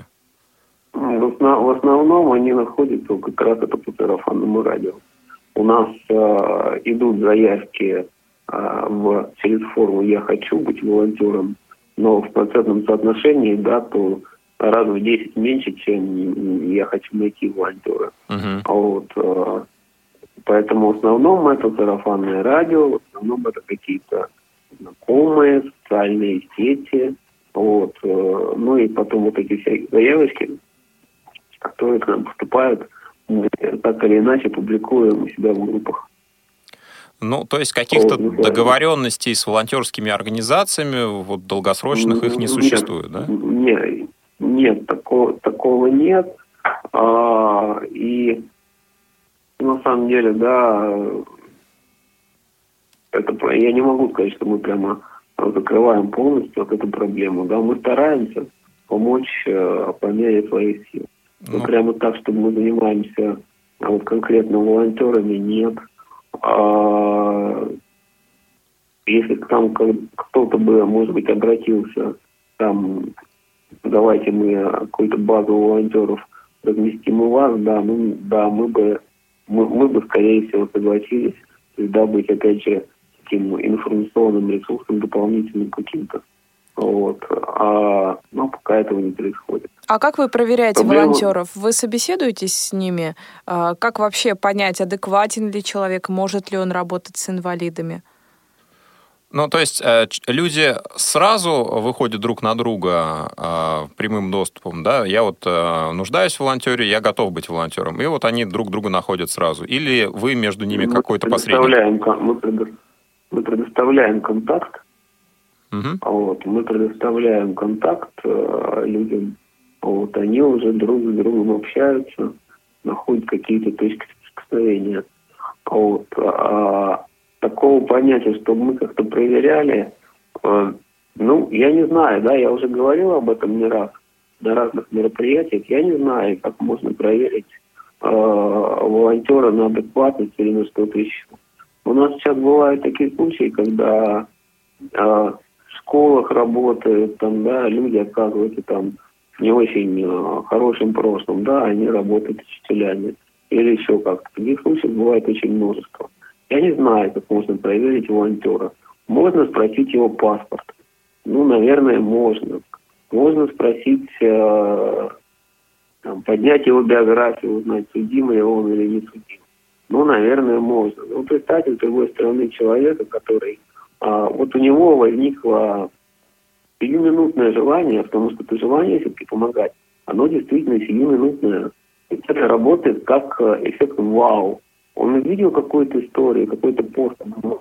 В основном они находятся как раз это по сарафанному радио. У нас э, идут заявки э, в, через форму «Я хочу быть волонтером», но в процентном соотношении, да, то раз в десять меньше, чем я хочу найти волонтера. Uh-huh. Вот, э, поэтому в основном это сарафанное радио, в основном это какие-то знакомые, социальные сети, вот, э, ну и потом вот эти все заявочки, которые к нам поступают, мы так или иначе публикуем у себя в группах. Ну, то есть каких-то вот, договоренностей с волонтерскими организациями, вот долгосрочных их не нет, существует, да? Нет, нет такого, такого нет. А, и на самом деле, да, это, я не могу сказать, что мы прямо закрываем полностью вот эту проблему. Да, мы стараемся помочь по мере своих сил. Но ну, прямо так, чтобы мы занимаемся вот, конкретно волонтерами, нет. А, если там кто-то бы, может быть, обратился, там, давайте мы какую-то базу волонтеров разместим у вас, да, ну, да, мы бы, мы, мы бы, скорее всего, согласились, да, быть, опять же, таким информационным ресурсом дополнительным каким-то. Вот. А, но пока этого не происходит. А как вы проверяете Проблема... волонтеров? Вы собеседуетесь с ними? Как вообще понять, адекватен ли человек, может ли он работать с инвалидами? Ну, то есть люди сразу выходят друг на друга э, прямым доступом, да? Я вот э, нуждаюсь в волонтере, я готов быть волонтером. И вот они друг друга находят сразу. Или вы между ними мы какой-то посредник? Мы, предо... мы предоставляем контакт. Uh-huh. Вот, мы предоставляем контакт э, людям. Вот, они уже друг с другом общаются, находят какие-то точки соприкосновения. Вот, а такого понятия, чтобы мы как-то проверяли, э, ну, я не знаю, да, я уже говорил об этом не раз, на разных мероприятиях, я не знаю, как можно проверить э, волонтера на адекватность или на что-то еще. У нас сейчас бывают такие случаи, когда э, в школах работают, там, да, люди оказываются там в не очень э, хорошем прошлом, да, они работают учителями или еще как-то. Таких случаев бывает очень множество. Я не знаю, как можно проверить волонтера. Можно спросить его паспорт. Ну, наверное, можно. Можно спросить, э, там, поднять его биографию, узнать, судимый он или не судим. Ну, наверное, можно. Но представьте, с другой стороны, человека, который... Э, вот у него возникло сиюминутное желание, потому что это желание все-таки помогать, оно действительно сиюминутное. И это работает как эффект вау. Он увидел какую-то историю, какой-то пост,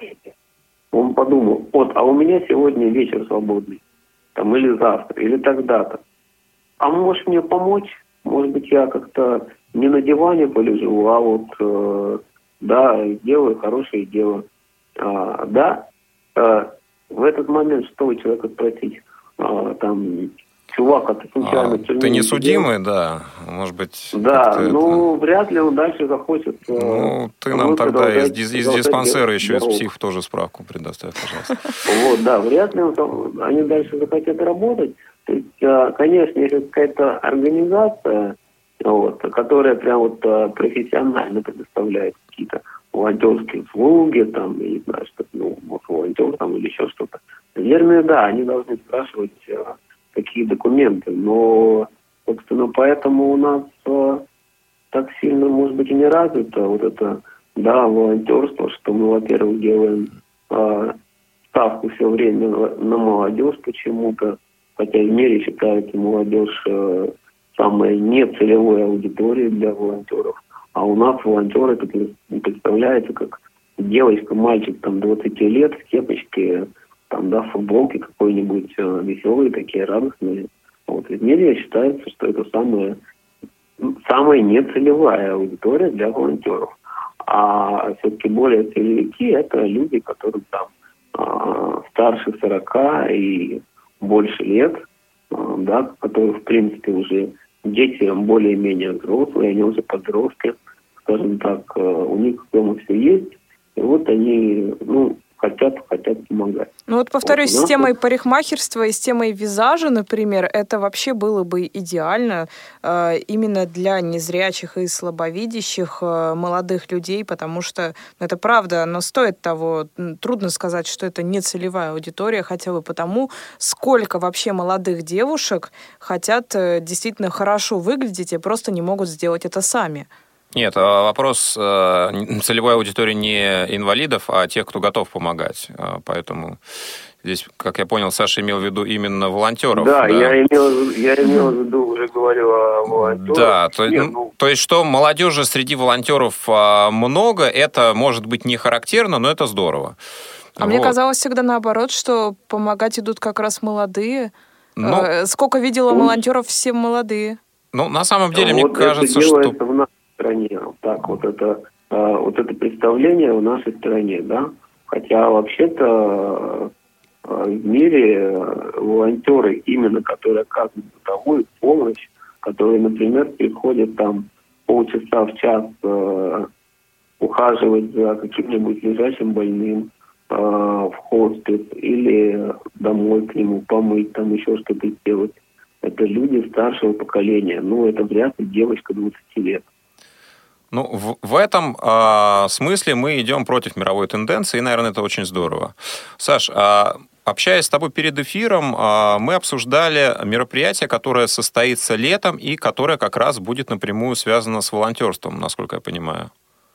он подумал, вот, а у меня сегодня вечер свободный, там, или завтра, или тогда-то. А можешь мне помочь? Может быть, я как-то не на диване полежу, а вот, э, да, делаю хорошее дело. А, да, э, в этот момент что у человека спросить? А, там... Чувак, а ты случайно... А, ты не судимый, да, может быть... Да, ну, это... вряд ли он дальше захочет... Ну, ты нам тогда из, из, из диспансера еще из псих тоже справку предоставь, пожалуйста. Вот, да, вряд ли он, они дальше захотят работать. То есть, конечно, если какая-то организация, вот, которая прям вот профессионально предоставляет какие-то волонтерские услуги, там, я не знаю, что, ну, волонтер там или еще что-то, наверное, да, они должны спрашивать... какие документы, но, собственно, поэтому у нас э, так сильно, может быть, и не развито вот это, да, волонтерство, что мы, во-первых, делаем э, ставку все время на молодежь почему-то, хотя в мире считается молодежь э, самой нецелевой аудиторией для волонтеров, а у нас волонтеры это представляется как девочка, мальчик там двадцати лет в кепочке, там, да, футболки какой-нибудь э, веселые, такие радостные. Вот. В мире считается, что это самая, самая нецелевая аудитория для волонтеров. А все-таки более целевики – это люди, которым там э, старше сорока и больше лет, э, да, которые, в принципе, уже дети более-менее взрослые, они уже подростки, скажем так, э, у них дома все есть, и вот они, ну, хотят, хотят помогать. Ну вот, повторюсь, вот, с темой нас... парикмахерства и с темой визажа, например, это вообще было бы идеально э, именно для незрячих и слабовидящих э, молодых людей, потому что, ну, это правда, оно стоит того. Трудно сказать, что это не целевая аудитория, хотя бы потому, сколько вообще молодых девушек хотят э, действительно хорошо выглядеть и просто не могут сделать это сами. Нет, вопрос целевой аудитории не инвалидов, а тех, кто готов помогать. Поэтому здесь, как я понял, Саша имел в виду именно волонтеров. Да, да? Я, имел, я имел в виду, уже говорил о волонтерах. Да, то, Нет, ну... то есть, что молодежи среди волонтеров много, это может быть не характерно, но это здорово. А вот. Мне казалось всегда наоборот, что помогать идут как раз молодые. Ну, Сколько видела ну, волонтеров, все молодые. Ну, на самом деле, вот мне кажется, что... В нашей стране. Так, вот это, вот это представление в нашей стране, да. Хотя вообще-то в мире волонтеры, именно которые оказывают бытовую помощь, которые, например, приходят там полчаса в час э, ухаживать за каким-нибудь лежащим больным э, в хоспис или домой к нему помыть, там еще что-то сделать. Это люди старшего поколения. Ну, это вряд ли девочка двадцати лет. Ну, в, в этом э, смысле мы идем против мировой тенденции, и, наверное, это очень здорово. Саш, а общаясь с тобой перед эфиром, мы обсуждали мероприятие, которое состоится летом и которое как раз будет напрямую связано с волонтерством, насколько я понимаю.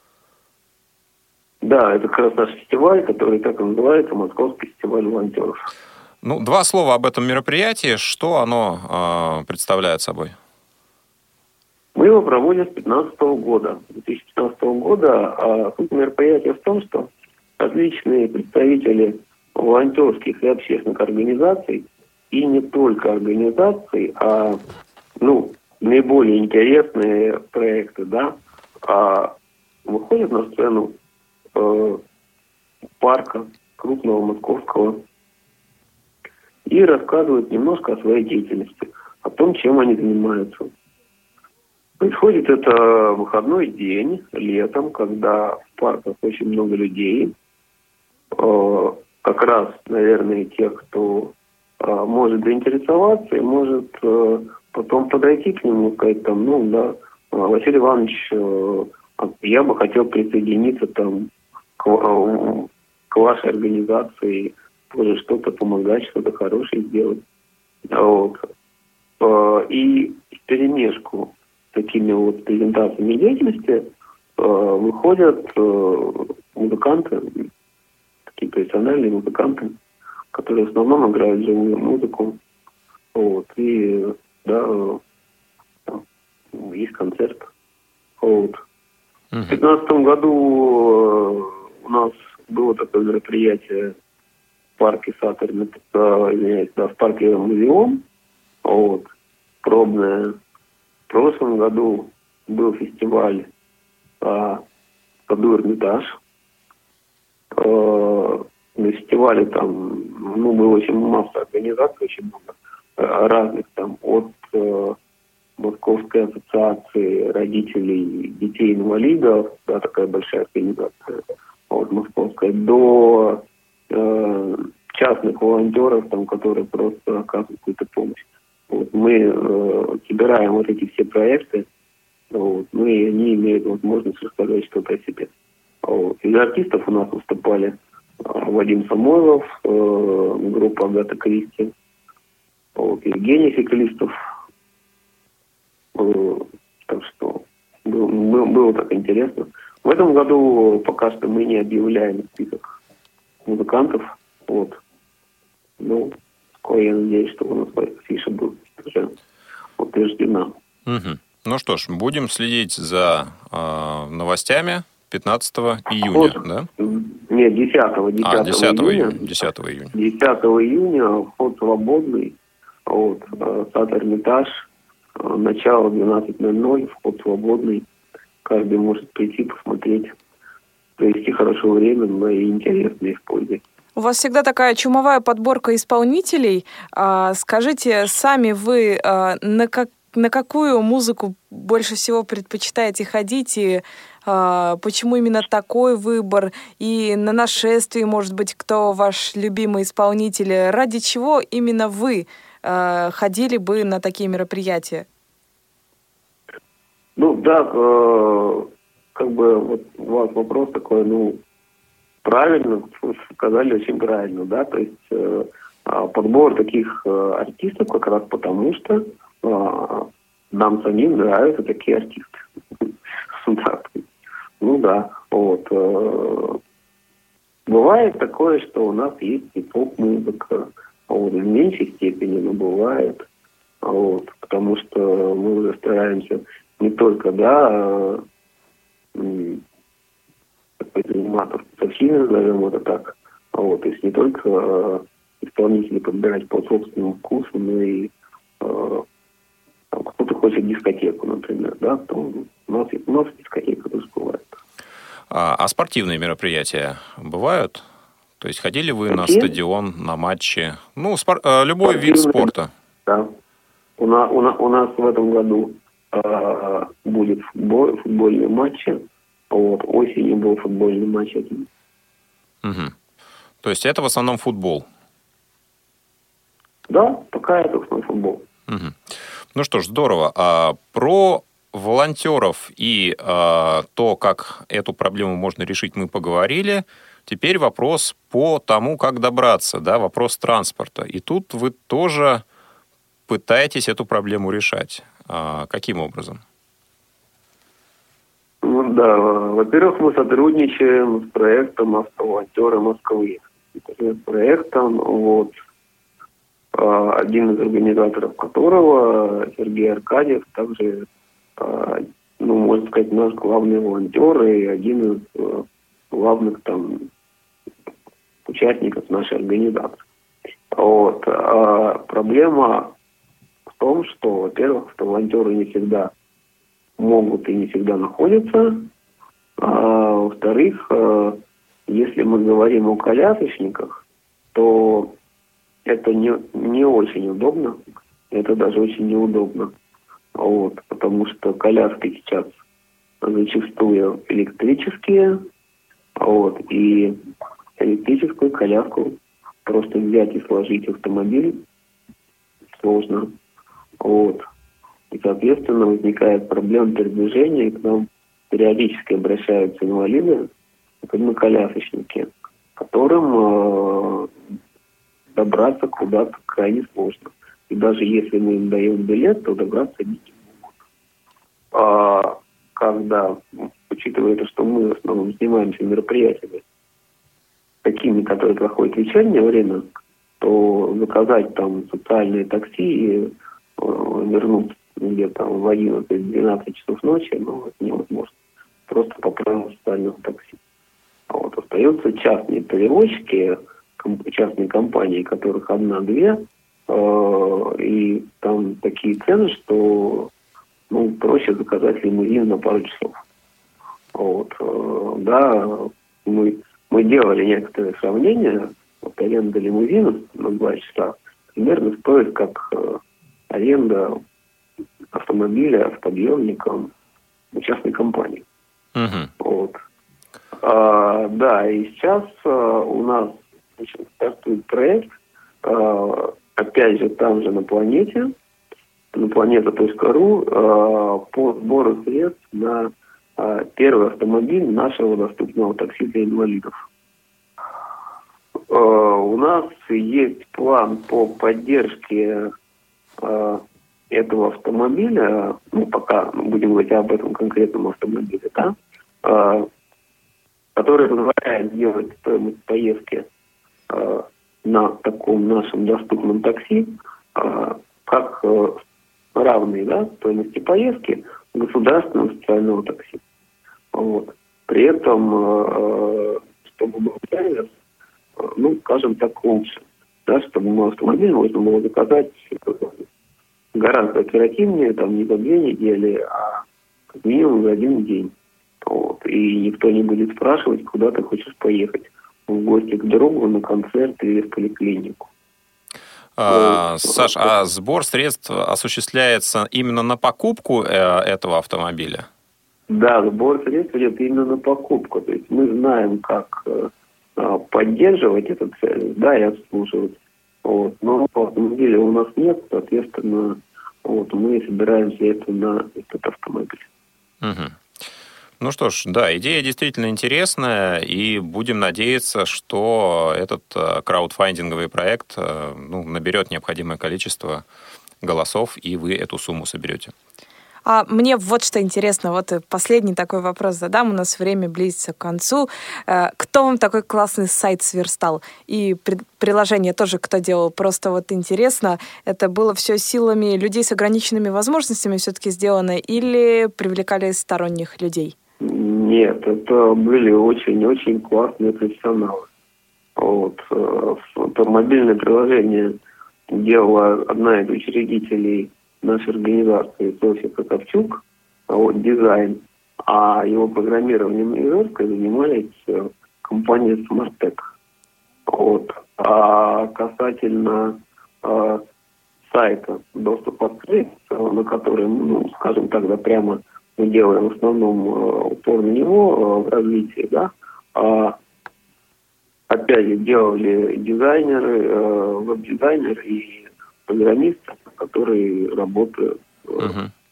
Да, это как раз наш фестиваль, который так и называется «Московский фестиваль волонтеров». Ну, два слова об этом мероприятии. Что оно э, представляет собой? Мы его проводим с две тысячи пятнадцатого года. две тысячи пятнадцатого года, а суть мероприятия в том, что различные представители волонтерских и общественных организаций, и не только организаций, а ну, наиболее интересные проекты, да, а выходят на сцену э, парка крупного московского и рассказывают немножко о своей деятельности, о том, чем они занимаются. Происходит это в выходной день, летом, когда в парках очень много людей. Э, как раз, наверное, тех, кто э, может заинтересоваться и может э, потом подойти к нему и сказать, там, ну, да, Василий Иванович, э, я бы хотел присоединиться там к, э, к вашей организации, тоже что-то помогать, что-то хорошее сделать. Вот. Э, и вперемешку такими вот презентациями деятельности э, выходят э, музыканты, такие профессиональные музыканты, которые в основном играют живую музыку. Вот. И да, э, есть концерт. Вот. Uh-huh. В две тысячи пятнадцатом году э, у нас было такое мероприятие в парке Сатор, э, извиняюсь, да, в парке Музеум. Вот. Пробное. В прошлом году был фестиваль по саду Эрмитаж. Э, на фестивале там ну, было очень масса организаций, очень много разных, там, от э, Московской ассоциации родителей детей-инвалидов, да, такая большая организация, вот, московская, до э, частных волонтеров, там, которые просто оказывают какую-то помощь. Вот, мы э, собираем вот эти все проекты, вот, ну и они имеют возможность рассказать что-то о себе. Вот. Из артистов у нас выступали э, Вадим Самойлов, э, группа Агата Кристи, вот, Евгений Феклистов. Э, так что было, было, было так интересно. В этом году пока что мы не объявляем список музыкантов. Вот. Ну, я надеюсь, что у нас афиша будет уже утверждена. Угу. Ну что ж, будем следить за э, новостями пятнадцатого июня, вот, да? Нет, десятого, десятого, а, десятого июня. десятого июня. десятого июня вход свободный. Вот, сад Эрмитаж. Начало двенадцать ноль ноль, вход свободный. Каждый может прийти, посмотреть, провести хорошее время, но и интересное использовать. У вас всегда такая чумовая подборка исполнителей. А, скажите, сами вы а, на, как, на какую музыку больше всего предпочитаете ходить, и а, почему именно такой выбор? И на нашествии, может быть, кто ваш любимый исполнитель? Ради чего именно вы а, ходили бы на такие мероприятия? Ну да, э, как бы вот у вас вопрос такой, ну, правильно, сказали очень правильно, да, то есть э, подбор таких э, артистов как раз потому, что э, нам самим нравятся такие артисты. Ну да, вот. Э, бывает такое, что у нас есть и поп-музыка, вот, в меньшей степени, но бывает, вот, потому что мы уже стараемся не только, да, э, заниматься совсем, назовем это так. Вот, то есть не только э, исполнители подбирать по собственному вкусу, но и э, там, кто-то хочет дискотеку, например, да, то у нас, у нас дискотека тоже бывает. А, а спортивные мероприятия бывают? То есть ходили вы Какие? на стадион, на матчи? Ну, спор, э, любой спортивные, вид спорта. Да. У нас, у, нас, у нас в этом году э, будет футбол, футбольные матчи. Вот, осенью был футбольный матч один. Угу. То есть это в основном футбол? Да, пока это в основном футбол. Угу. Ну что ж, здорово. А про волонтеров и а, то, как эту проблему можно решить, мы поговорили. Теперь вопрос по тому, как добраться, да, вопрос транспорта. И тут вы тоже пытаетесь эту проблему решать. А, каким образом? Ну да, во-первых, мы сотрудничаем с проектом «Автоволонтеры Москвы». Это проектом, вот, один из организаторов которого, Сергей Аркадьев, также, ну, можно сказать, наш главный волонтер и один из главных там участников нашей организации. Вот. А проблема в том, что, во-первых, волонтеры не всегда могут и не всегда находятся. А, во-вторых, если мы говорим о колясочниках, то это не, не очень удобно, это даже очень неудобно. Вот, потому что коляски сейчас зачастую электрические, вот, и электрическую коляску просто взять и сложить в автомобиль сложно. Вот. И, соответственно, возникает проблема передвижения, и к нам периодически обращаются инвалиды, особенно колясочники, которым э, добраться куда-то крайне сложно. И даже если мы им даем билет, то добраться они не могут. А когда, учитывая то, что мы в основном занимаемся мероприятиями, такими, которые проходят в вечернее время, то заказать там социальные такси и э, вернуться где-то в одиннадцать-двенадцать часов ночи, ну, это невозможно. Просто по правилам социального такси. А вот остаются частные перевозчики, ком- частные компании, которых одна-две, э, и там такие цены, что, ну, проще заказать лимузин на пару часов. Вот, э, да, мы, мы делали некоторые сравнения. Вот аренда лимузина на два часа примерно стоит как э, аренда автомобиля с подъемником у частной компании. Uh-huh. Вот. А, да, и сейчас а, у нас, значит, стартует проект, а, опять же, там же на планете, на планета точка ру, а, по сбору средств на а, первый автомобиль нашего доступного такси для инвалидов. А, у нас есть план по поддержке а, этого автомобиля, ну, пока мы будем говорить об этом конкретном автомобиле, да, э, который позволяет сделать стоимость поездки э, на таком нашем доступном такси э, как э, равные, да, стоимости поездки государственного социального такси. Вот. При этом, э, чтобы был сервис, э, ну, скажем так, лучше, да, чтобы мой автомобиль можно было заказать гораздо оперативнее, там не за две недели, а как минимум за один день. Вот. И никто не будет спрашивать, куда ты хочешь поехать. В гости к другу, на концерт или в поликлинику. А, вот. Саш, а сбор средств осуществляется именно на покупку э, этого автомобиля? Да, сбор средств идет именно на покупку. То есть мы знаем, как э, поддерживать этот сервис, да, и обслуживать. Вот. Но автомобиля у нас нет, соответственно, вот, мы собираем средства на этот автомобиль. Угу. Ну что ж, да, идея действительно интересная, и будем надеяться, что этот краудфандинговый проект, ну, наберет необходимое количество голосов, и вы эту сумму соберете. А мне вот что интересно, вот последний такой вопрос задам, у нас время близится к концу. Кто вам такой классный сайт сверстал? И приложение тоже кто делал? Просто вот интересно, это было все силами людей с ограниченными возможностями все-таки сделано или привлекали сторонних людей? Нет, это были очень-очень классные профессионалы. Вот. Это мобильное приложение делала одна из учредителей нашей организации Софья Котовчук, вот, дизайн, а его программированием и версткой занимались компания Smartec. Вот. А касательно э, сайта «Доступ открыт», на который, ну, скажем так, да, прямо мы делаем в основном э, упор на него э, в развитии, да, а, опять же, делали дизайнеры, э, веб-дизайнеры и программисты, которые работают. Угу.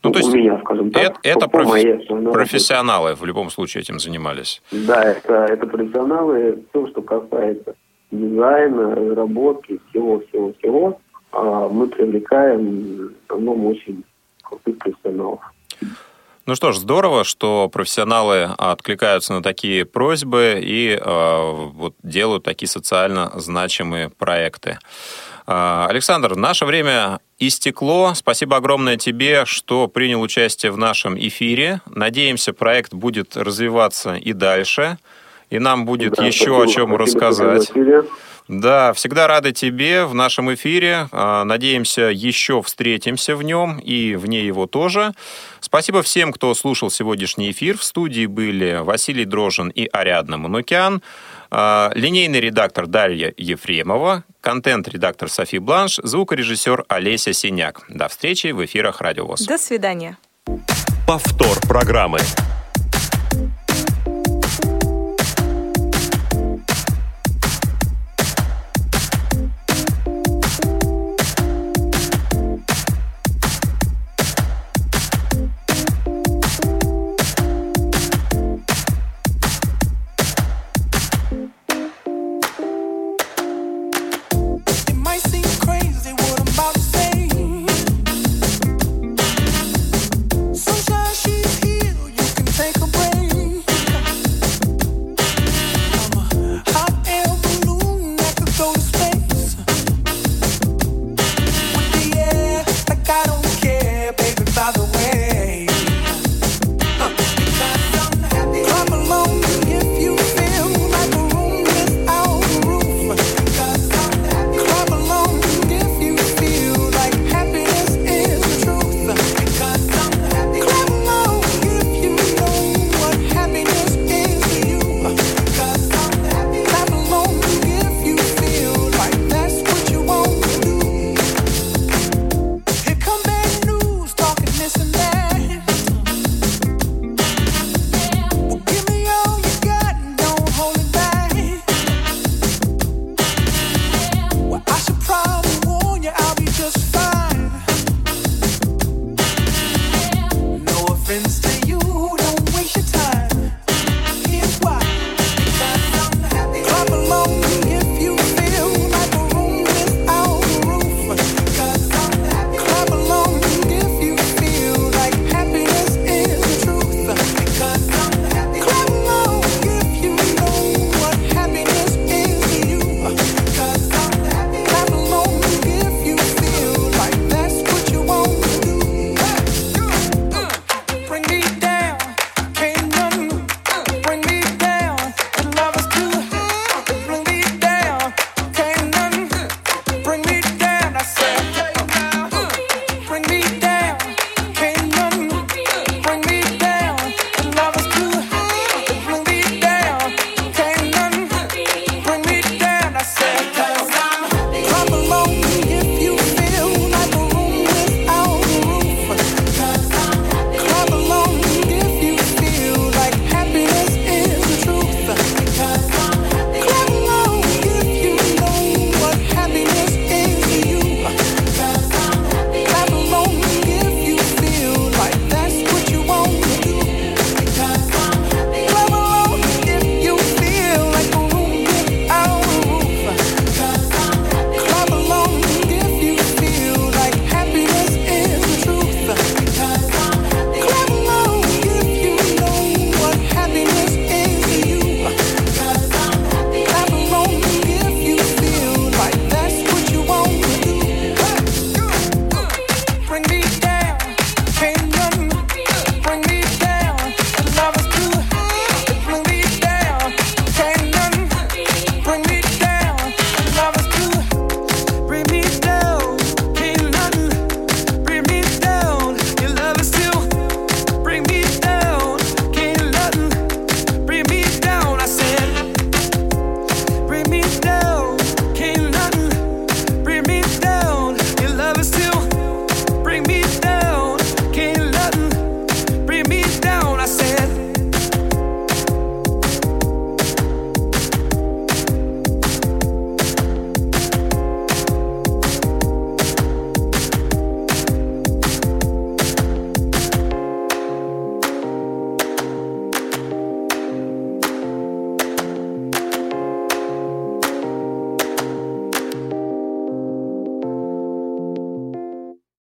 Ну, то есть у меня, скажем так. Это, это по, по профи- профессионалы в любом случае этим занимались. Да, это, это профессионалы. Все, что касается дизайна, разработки, всего-всего-всего, мы привлекаем в основном очень крутых профессионалов. Ну что ж, здорово, что профессионалы откликаются на такие просьбы и э, вот, делают такие социально значимые проекты. Э, Александр, наше время истекло. Спасибо огромное тебе, что принял участие в нашем эфире. Надеемся, проект будет развиваться и дальше, и нам будет да, еще спасибо, о чем спасибо, рассказать. Да, всегда рады тебе в нашем эфире. Надеемся, еще встретимся в нем и вне его тоже. Спасибо всем, кто слушал сегодняшний эфир. В студии были Василий Дрожжин и Ариадна Манукян, линейный редактор Дарья Ефремова, контент-редактор Софи Бланш, звукорежиссер Олеся Синяк. До встречи в эфирах Радио ВОС. До свидания. Повтор программы.